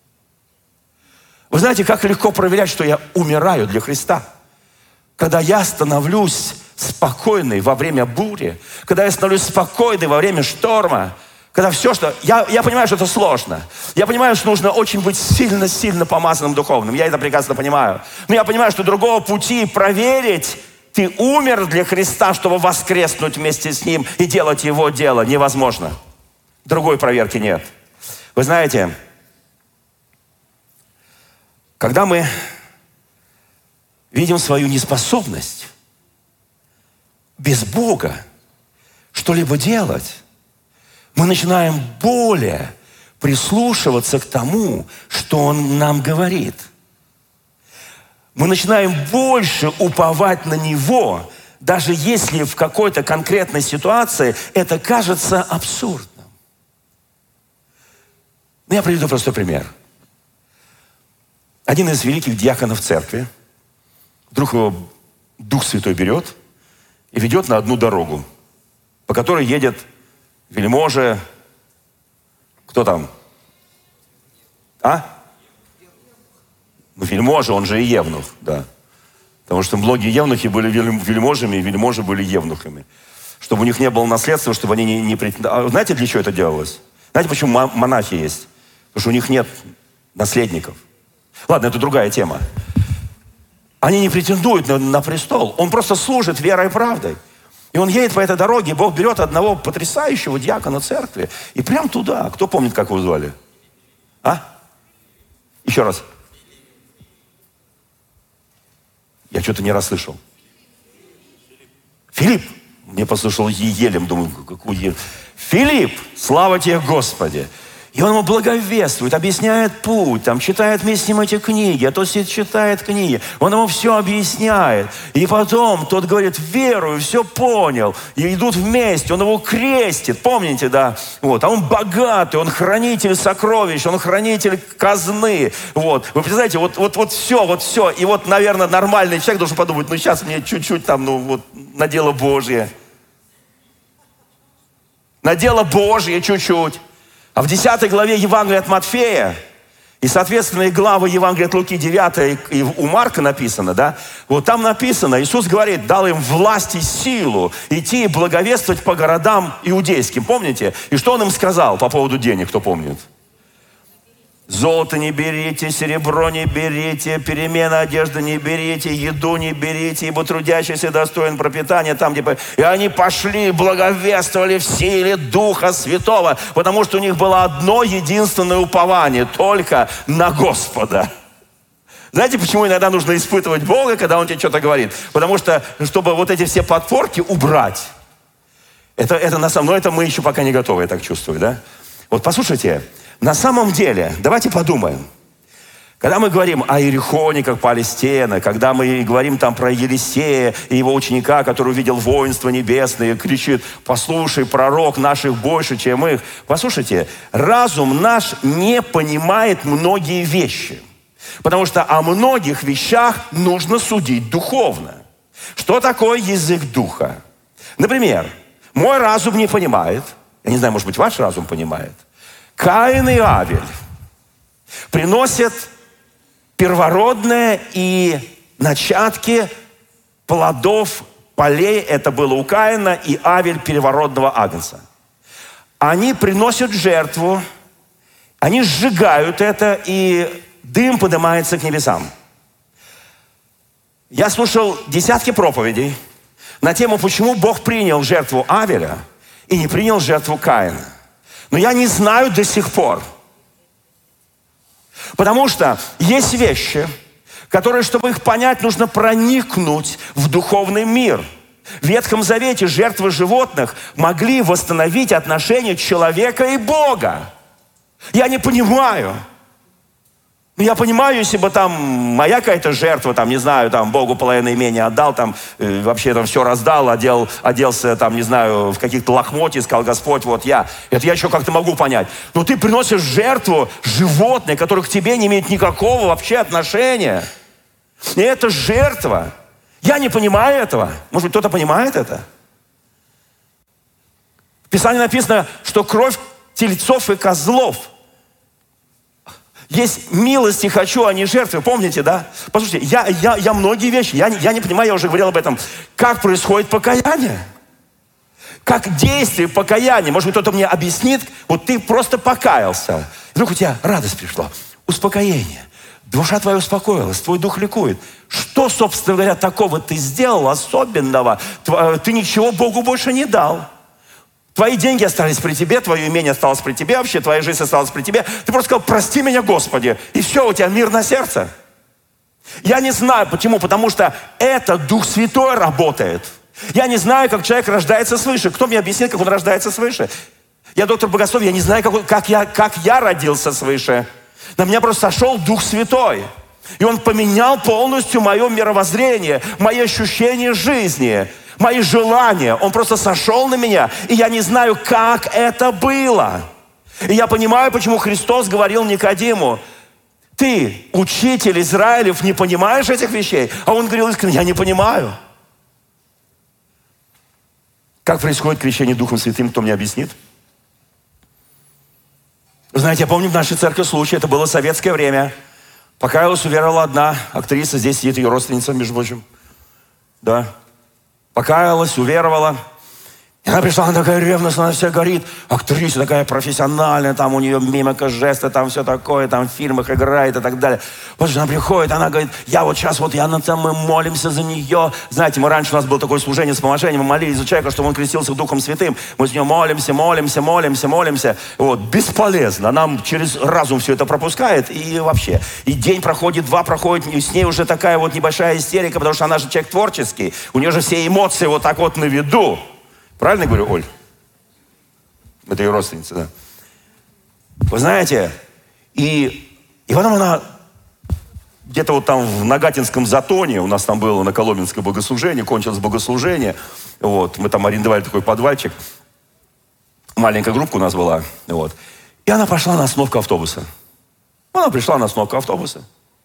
Вы знаете, как легко проверять, что я умираю для Христа? Когда я становлюсь спокойной во время бури, когда я становлюсь спокойной во время шторма, когда все, что... Я, я понимаю, что это сложно. Я понимаю, что нужно очень быть сильно-сильно помазанным духовным. Я это прекрасно понимаю. Но я понимаю, что другого пути проверить, ты умер для Христа, чтобы воскреснуть вместе с Ним и делать Его дело, невозможно. Другой проверки нет. Вы знаете, когда мы видим свою неспособность без Бога что-либо делать, мы начинаем более прислушиваться к тому, что Он нам говорит. Мы начинаем больше уповать на Него, даже если в какой-то конкретной ситуации это кажется абсурдным. Но я приведу простой пример. Один из великих диаконов церкви, вдруг его Дух Святой берет и ведет на одну дорогу, по которой едет вельможа, кто там? А? Ну, вельможа, он же и евнух, да. Потому что многие евнухи были вельможами, и вельможи были евнухами. Чтобы у них не было наследства, чтобы они не, не претендовали. А знаете, для чего это делалось? Знаете, почему монахи есть? Потому что у них нет наследников. Ладно, это другая тема. Они не претендуют на, на престол. Он просто служит верой и правдой. И он едет по этой дороге, и Бог берет одного потрясающего диакона церкви. И прям туда. Кто помнит, как его звали? А? Еще раз. Я что-то не расслышал. Филипп. Мне послушал Елем, думаю, какой Елем. Филипп, слава тебе, Господи. И он ему благовествует, объясняет путь, там, читает вместе с ним эти книги, а тот сидит, читает книги. Он ему все объясняет. И потом тот говорит, верую, все понял. И идут вместе, он его крестит, помните, да? Вот. А он богатый, он хранитель сокровищ, он хранитель казны. Вот. Вы представляете, вот, вот, вот все, вот все. И вот, наверное, нормальный человек должен подумать, ну сейчас мне чуть-чуть там, ну вот, на дело Божье. На дело Божье чуть-чуть. А в десятой главе Евангелия от Матфея, и, соответственно, и главы Евангелия от Луки девятой, и у Марка написано, да, вот там написано, Иисус говорит, дал им власть и силу идти и благовествовать по городам иудейским, помните? И что Он им сказал по поводу денег, кто помнит? Золото не берите, серебро не берите, перемена одежды не берите, еду не берите, ибо трудящийся достоин пропитания там, где... И они пошли, благовествовали в силе Духа Святого, потому что у них было одно единственное упование, только на Господа. Знаете, почему иногда нужно испытывать Бога, когда Он тебе что-то говорит? Потому что, чтобы вот эти все подпорки убрать, это, это на самом деле, это мы еще пока не готовы, я так чувствую, да? Вот послушайте, на самом деле, давайте подумаем. Когда мы говорим о Иерихоне, как пали стены, когда мы говорим там про Елисея и его ученика, который увидел воинство небесное, и кричит, послушай, пророк наших больше, чем их. Послушайте, разум наш не понимает многие вещи. Потому что о многих вещах нужно судить духовно. Что такое язык духа? Например, мой разум не понимает, я не знаю, может быть, ваш разум понимает, Каин и Авель приносят первородное и начатки плодов полей. Это было у Каина и Авель первородного агнца. Они приносят жертву, они сжигают это, и дым поднимается к небесам. Я слушал десятки проповедей на тему, почему Бог принял жертву Авеля и не принял жертву Каина. Но я не знаю до сих пор. Потому что есть вещи, которые, чтобы их понять, нужно проникнуть в духовный мир. В Ветхом Завете жертвы животных могли восстановить отношения человека и Бога. Я не понимаю. Я понимаю, если бы там моя какая-то жертва, там, не знаю, там, Богу половину имения отдал, там, э, вообще там все раздал, одел, оделся, там, не знаю, в каких-то лохмотьях, сказал, Господь, вот я. Это я еще как-то могу понять. Но ты приносишь жертву животное, которое к тебе не имеет никакого вообще отношения. И это жертва. Я не понимаю этого. Может быть, кто-то понимает это? В Писании написано, что кровь тельцов и козлов. Есть милости хочу, а не жертвы. Помните, да? Послушайте, я, я, я многие вещи, я, я не понимаю, я уже говорил об этом. Как происходит покаяние? Как действие покаяния? Может быть, кто-то мне объяснит, вот ты просто покаялся. И вдруг у тебя радость пришла, успокоение. Душа твоя успокоилась, твой дух ликует. Что, собственно говоря, такого ты сделал особенного? Ты ничего Богу больше не дал. Твои деньги остались при тебе, твое имение осталось при тебе, вообще твоя жизнь осталась при тебе. Ты просто сказал, прости меня, Господи, и все, у тебя мир на сердце. Я не знаю, почему, потому что это Дух Святой работает. Я не знаю, как человек рождается свыше. Кто мне объяснит, как он рождается свыше? Я доктор богословия, я не знаю, как, он, как, я, как я родился свыше. На меня просто сошел Дух Святой. И Он поменял полностью мое мировоззрение, мои ощущения жизни, мои желания. Он просто сошел на меня, и я не знаю, как это было. И я понимаю, почему Христос говорил Никодиму, ты, учитель Израилев, не понимаешь этих вещей? А он говорил искренне, я не понимаю. Как происходит крещение Духом Святым, кто мне объяснит? Вы знаете, я помню в нашей церкви случай, это было советское время. Покаялась, уверовала одна актриса, здесь сидит ее родственница, между прочим. Да. Покаялась, уверовала. И она пришла, она такая ревностная, она вся горит. Актриса такая профессиональная, там у нее мимика, жесты, там все такое, там в фильмах играет и так далее. После она приходит, она говорит, я вот сейчас вот, я на там, мы молимся за нее. Знаете, мы раньше, у нас было такое служение с помощением, мы молились за человека, чтобы он крестился Духом Святым. Мы с нее молимся, молимся, молимся, молимся. Вот, бесполезно. Она через разум все это пропускает и вообще. И день проходит, два проходит, и с ней уже такая вот небольшая истерика, потому что она же человек творческий. У нее же все эмоции вот так вот на виду. Правильно я говорю, Оль? Это ее родственница, да. Вы знаете, и, и потом она где-то вот там в Нагатинском затоне, у нас там было на Коломенское богослужение, кончилось богослужение, вот, мы там арендовали такой подвальчик, маленькая группа у нас была, вот. И она пошла на остановку автобуса. Она пришла на остановку автобуса.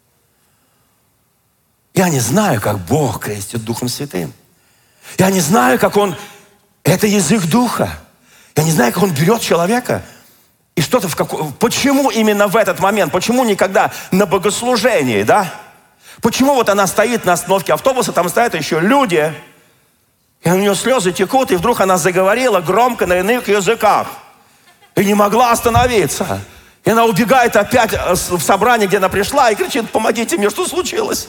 Я не знаю, как Бог крестит Духом Святым. Я не знаю, как Он... Это язык Духа. Я не знаю, как Он берет человека и что-то в какой... Почему именно в этот момент? Почему никогда на богослужении, да? Почему вот она стоит на остановке автобуса, там стоят еще люди, и у нее слезы текут, и вдруг она заговорила громко на иных языках. И не могла остановиться. И она убегает опять в собрание, где она пришла, и кричит, помогите мне, что случилось?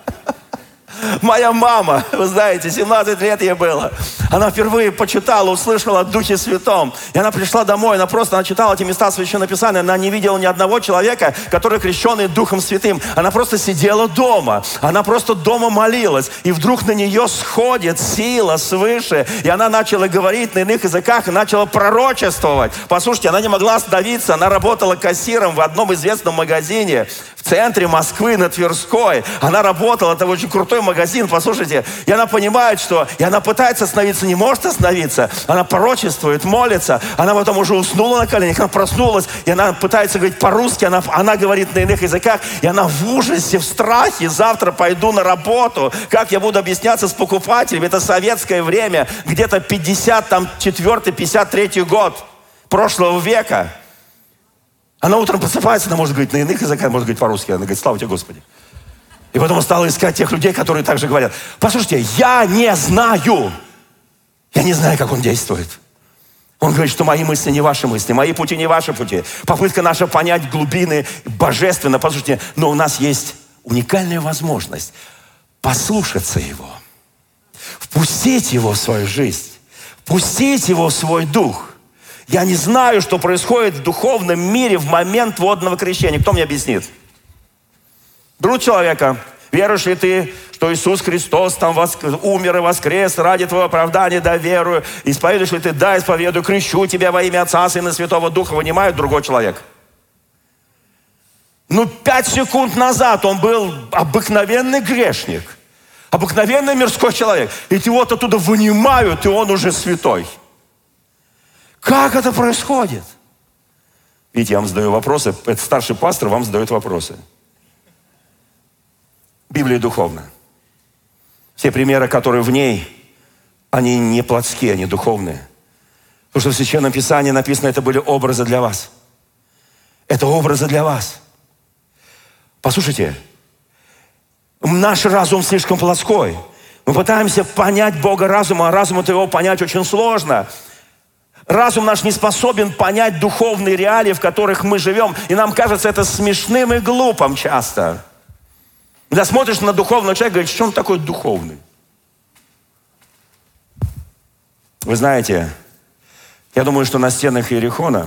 Моя мама, вы знаете, семнадцать лет ей было. Она впервые почитала, услышала о Духе Святом. И она пришла домой, она просто она читала эти места Священного Писания. Она не видела ни одного человека, который крещенный Духом Святым. Она просто сидела дома. Она просто дома молилась. И вдруг на нее сходит сила свыше. И она начала говорить на иных языках и начала пророчествовать. Послушайте, она не могла остановиться. Она работала кассиром в одном известном магазине в центре Москвы, на Тверской. Она работала, это очень крутой магазин, послушайте. И она понимает, что... И она пытается остановиться, не может остановиться. Она пророчествует, молится. Она потом уже уснула на коленях, она проснулась. И она пытается говорить по-русски. Она, она говорит на иных языках. И она в ужасе, в страхе. Завтра пойду на работу. Как я буду объясняться с покупателями? Это советское время. Где-то пятьдесят четвёртый пятьдесят третий год прошлого века. Она утром просыпается, она может говорить на иных языках, может говорить по-русски. Она говорит, слава тебе, Господи. И потом стала искать тех людей, которые также говорят. Послушайте, я не знаю. Я не знаю, как Он действует. Он говорит, что мои мысли не ваши мысли, мои пути не ваши пути. Попытка наша понять глубины божественно. Послушайте, но у нас есть уникальная возможность послушаться Его. Впустить Его в свою жизнь. Впустить Его в свой дух. Я не знаю, что происходит в духовном мире в момент водного крещения. Кто мне объяснит? Друг человека, веруешь ли ты, что Иисус Христос там воск... умер и воскрес ради твоего оправдания, да, верую. Исповедуешь ли ты? Да, исповедую. Крещу тебя во имя Отца, Сына и Святого Духа. Вынимает другой человек. Ну, пять секунд назад он был обыкновенный грешник. Обыкновенный мирской человек. И его оттуда вынимают, и он уже святой. Как это происходит? Видите, я вам задаю вопросы. Это старший пастор вам задает вопросы. Библия духовна. Все примеры, которые в ней, они не плотские, они духовные. Потому что в Священном Писании написано, это были образы для вас. Это образы для вас. Послушайте, наш разум слишком плотской. Мы пытаемся понять Бога разумом, а разуму-то его понять очень сложно. Разум наш не способен понять духовные реалии, в которых мы живем. И нам кажется это смешным и глупым часто. Когда смотришь на духовного человека, говоришь, что он такой духовный? Вы знаете, я думаю, что на стенах Иерихона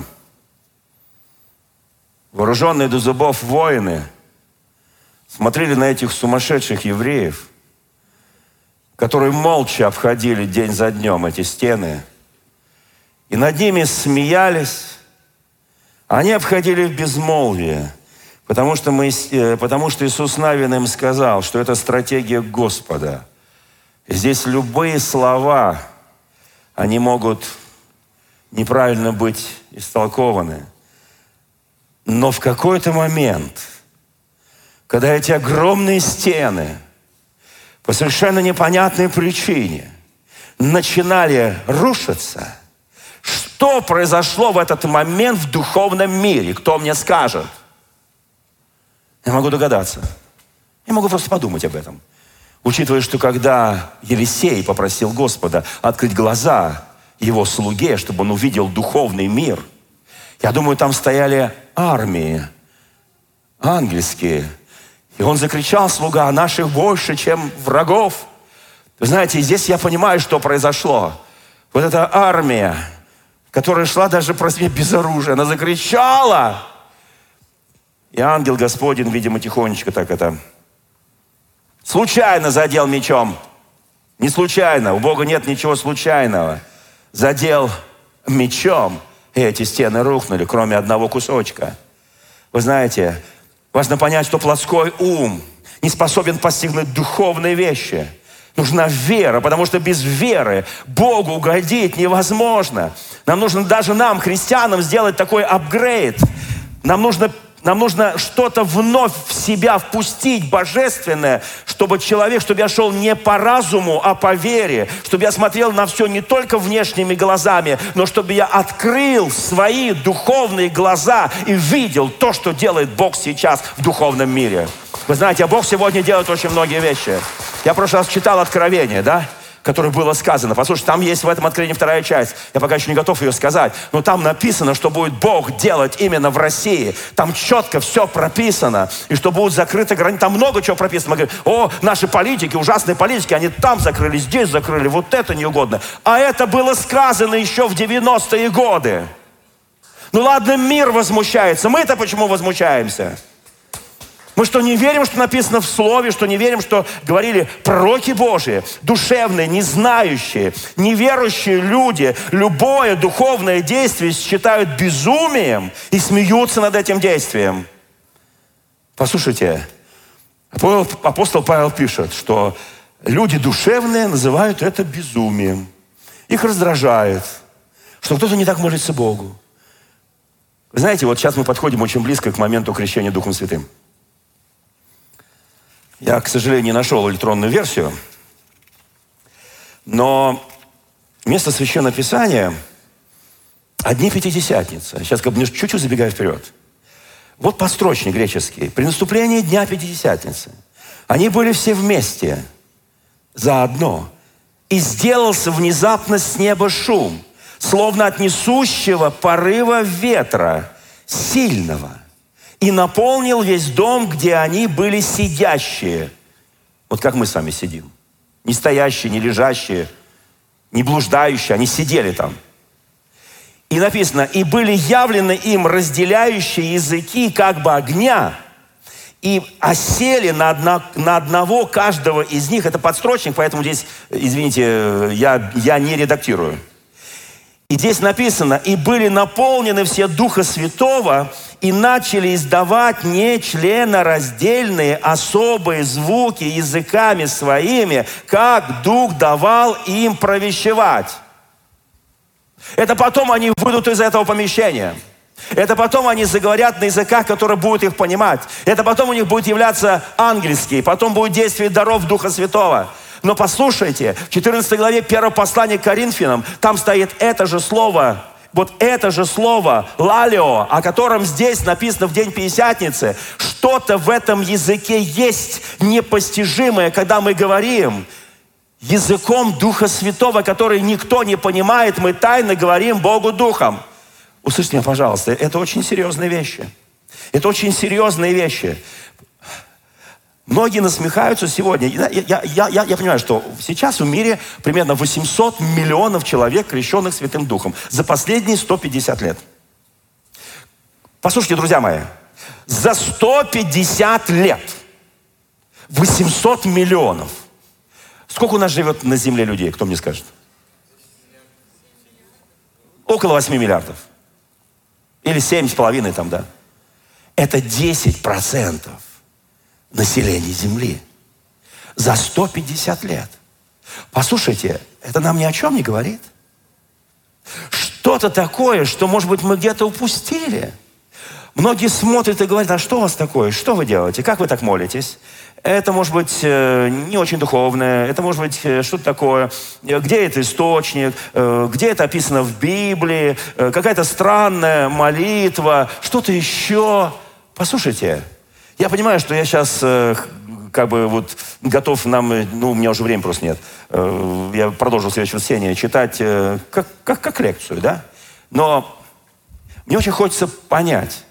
вооруженные до зубов воины смотрели на этих сумасшедших евреев, которые молча обходили день за днем эти стены, и над ними смеялись. Они обходили в безмолвие, потому что, мы, потому что Иисус Навин им сказал, что это стратегия Господа. Здесь любые слова, они могут неправильно быть истолкованы. Но в какой-то момент, когда эти огромные стены по совершенно непонятной причине начинали рушиться, что произошло в этот момент в духовном мире? Кто мне скажет? Я могу догадаться. Я могу просто подумать об этом. Учитывая, что когда Елисей попросил Господа открыть глаза его слуге, чтобы он увидел духовный мир, я думаю, там стояли армии ангельские. И он закричал: слуга, наших больше, чем врагов. Вы знаете, здесь я понимаю, что произошло. Вот эта армия, которая шла даже просто без оружия, она закричала. И ангел Господень, видимо, тихонечко так это... случайно задел мечом. Не случайно. У Бога нет ничего случайного. Задел мечом, и эти стены рухнули, кроме одного кусочка. Вы знаете, важно понять, что плотской ум не способен постигнуть духовные вещи. Нужна вера, потому что без веры Богу угодить невозможно. Нам нужно, даже нам, христианам, сделать такой апгрейд. Нам нужно, нам нужно что-то вновь в себя впустить, божественное, чтобы человек, чтобы я шел не по разуму, а по вере. Чтобы я смотрел на все не только внешними глазами, но чтобы я открыл свои духовные глаза и видел то, что делает Бог сейчас в духовном мире. Вы знаете, а Бог сегодня делает очень многие вещи. Я в прошлый раз читал Откровение, да, которое было сказано. Послушайте, там есть в этом Откровении вторая часть. Я пока еще не готов ее сказать. Но там написано, что будет Бог делать именно в России. Там четко все прописано. И что будут закрыты границы. Там много чего прописано. Мы говорим: о, наши политики, ужасные политики, они там закрыли, здесь закрыли, вот это неугодно. А это было сказано еще в девяностые годы. Ну ладно, мир возмущается. Мы-то почему возмущаемся? Мы что, не верим, что написано в Слове, что не верим, что говорили пророки Божии, душевные, не знающие, неверующие люди, любое духовное действие считают безумием и смеются над этим действием. Послушайте, апостол Павел пишет, что люди душевные называют это безумием. Их раздражает, что кто-то не так молится Богу. Вы знаете, вот сейчас мы подходим очень близко к моменту крещения Духом Святым. Я, к сожалению, не нашел электронную версию, но место Священного Писания одни Пятидесятницы. Сейчас как бы чуть-чуть забегаю вперед. Вот подстрочник греческий. При наступлении Дня Пятидесятницы они были все вместе, заодно. И сделался внезапно с неба шум, словно от несущего порыва ветра, сильного. И наполнил весь дом, где они были сидящие. Вот как мы с вами сидим. Не стоящие, не лежащие, не блуждающие. Они сидели там. И написано: и были явлены им разделяющие языки как бы огня, и осели на, одно, на одного каждого из них. Это подстрочник, поэтому здесь, извините, я, я не редактирую. И здесь написано: и были наполнены все Духа Святого, и начали издавать нечленораздельные особые звуки языками своими, как Дух давал им провещевать. Это потом они выйдут из этого помещения. Это потом они заговорят на языках, которые будут их понимать. Это потом у них будет являться ангельский. Потом будет действие даров Духа Святого. Но послушайте, в четырнадцатой главе первого послания к Коринфянам, там стоит это же слово, вот это же слово «лалио», о котором здесь написано в день Пятидесятницы. Что-то в этом языке есть непостижимое, когда мы говорим языком Духа Святого, который никто не понимает, мы тайно говорим Богу Духом. Услышьте меня, пожалуйста, это очень серьезные вещи. Это очень серьезные вещи. Многие насмехаются сегодня. Я, я, я, я, я понимаю, что сейчас в мире примерно восемьсот миллионов человек, крещенных Святым Духом, за последние сто пятьдесят лет. Послушайте, друзья мои, за сто пятьдесят лет восемьсот миллионов. Сколько у нас живет на земле людей, кто мне скажет? Около восьми миллиардов. Или семь с половиной там, да. Это десять процентов. Население Земли за сто пятьдесят лет. Послушайте, это нам ни о чем не говорит. Что-то такое, что, может быть, мы где-то упустили. Многие смотрят и говорят: а что у вас такое? Что вы делаете? Как вы так молитесь? Это может быть не очень духовное, это может быть что-то такое. Где это источник? Где это описано в Библии? Какая-то странная молитва? Что-то еще? Послушайте, Я понимаю, что я сейчас э, как бы вот готов нам, ну, у меня уже времени просто нет. Э, я продолжил в следующее воскресенье читать э, как, как, как лекцию, да? Но мне очень хочется понять,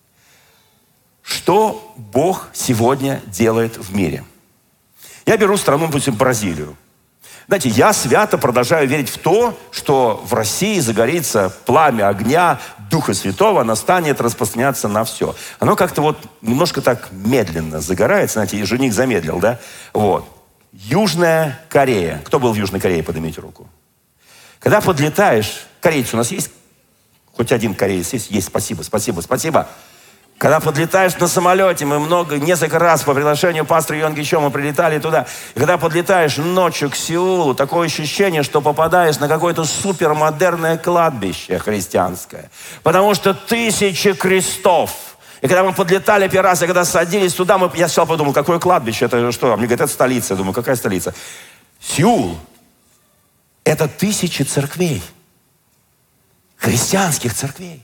что Бог сегодня делает в мире. Я беру страну, допустим, Бразилию. Знаете, я свято продолжаю верить в то, что в России загорится пламя огня Духа Святого, оно станет распространяться на все. Оно как-то вот немножко так медленно загорается, знаете, и жених замедлил, да? Вот. Южная Корея. Кто был в Южной Корее? Поднимите руку. Когда подлетаешь, корейцы у нас есть? Хоть один кореец есть? Есть, спасибо, спасибо, спасибо. Когда подлетаешь на самолете, мы много, несколько раз по приглашению пастора Йонги Чо мы прилетали туда. И когда подлетаешь ночью к Сеулу, такое ощущение, что попадаешь на какое-то супермодерное кладбище христианское. Потому что тысячи крестов. И когда мы подлетали первый раз, и когда садились туда, мы, я сначала подумал, какое кладбище, это что? Мне говорят, это столица. Я думаю, какая столица? Сеул. Это тысячи церквей. Христианских церквей.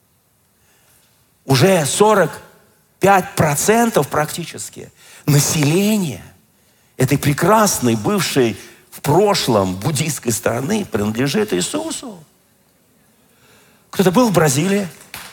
Уже сорок пять процентов практически населения этой прекрасной, бывшей в прошлом буддийской страны принадлежит Иисусу. Кто-то был в Бразилии?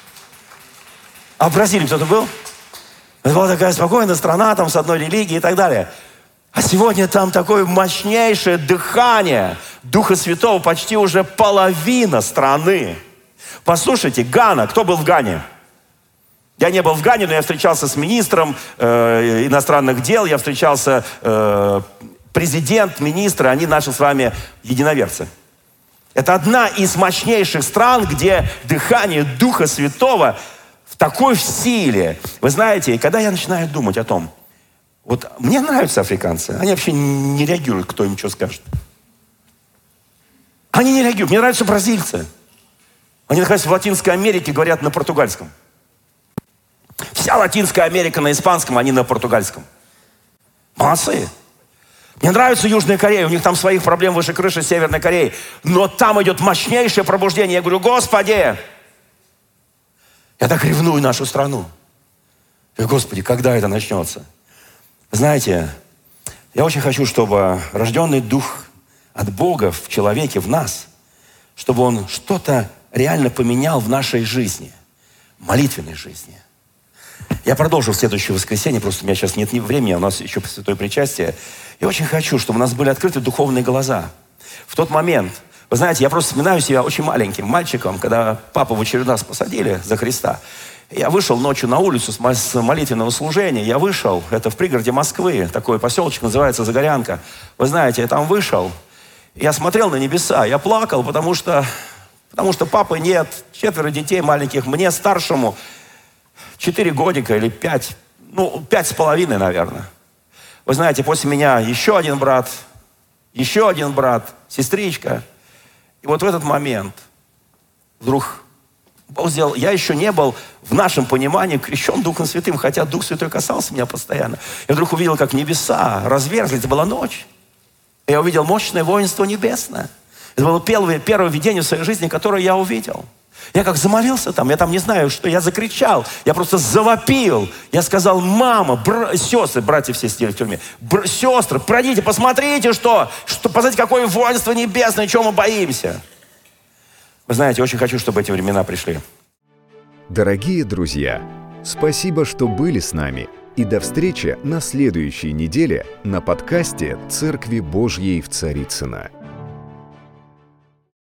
А в Бразилии кто-то был? Это была такая спокойная страна, там с одной религией и так далее. А сегодня там такое мощнейшее дыхание Духа Святого, почти уже половина страны. Послушайте, Гана, кто был в Гане? Я не был в Гане, но я встречался с министром э, иностранных дел, я встречался э, президент, министры, они наши с вами единоверцы. Это одна из мощнейших стран, где дыхание Духа Святого в такой в силе. Вы знаете, когда я начинаю думать о том, вот мне нравятся африканцы, они вообще не реагируют, кто им что скажет. Они не реагируют. Мне нравятся бразильцы. Они, находятся в Латинской Америке, говорят на португальском. Вся Латинская Америка на испанском, они на португальском. Молодцы. Мне нравится Южная Корея, у них там своих проблем выше крыши Северной Кореи. Но там идет мощнейшее пробуждение. Я говорю, Господи, я так ревную нашу страну. Я говорю, Господи, когда это начнется? Знаете, я очень хочу, чтобы рожденный Дух от Бога в человеке, в нас, чтобы Он что-то реально поменял в нашей жизни, молитвенной жизни. Я продолжу в следующее воскресенье, просто у меня сейчас нет времени, у нас еще святое причастие. Я очень хочу, чтобы у нас были открыты духовные глаза. В тот момент, вы знаете, я просто вспоминаю себя очень маленьким мальчиком, когда папу в очередной раз посадили за Христа. Я вышел ночью на улицу с молитвенного служения. Я вышел, это в пригороде Москвы, такой поселочек называется Загорянка. Вы знаете, я там вышел, я смотрел на небеса, я плакал, потому что, потому что папы нет, четверо детей маленьких, мне старшему четыре годика или пять, ну, пять с половиной, наверное. Вы знаете, после меня еще один брат, еще один брат, сестричка. И вот в этот момент вдруг Бог сделал, я еще не был в нашем понимании крещен Духом Святым, хотя Дух Святой касался меня постоянно. Я вдруг увидел, как небеса разверзлись, это была ночь. И я увидел мощное воинство небесное. Это было первое, первое видение в своей жизни, которое я увидел. Я как замолился там, я там не знаю, что, я закричал, я просто завопил. Я сказал, мама, бра... сестры, братья все сидели в тюрьме, бр... сестры, пройдите, посмотрите, что, что, посмотрите, какое воинство небесное, чего мы боимся. Вы знаете, очень хочу, чтобы эти времена пришли. Дорогие друзья, спасибо, что были с нами. И до встречи на следующей неделе на подкасте «Церкви Божьей в Царицыно».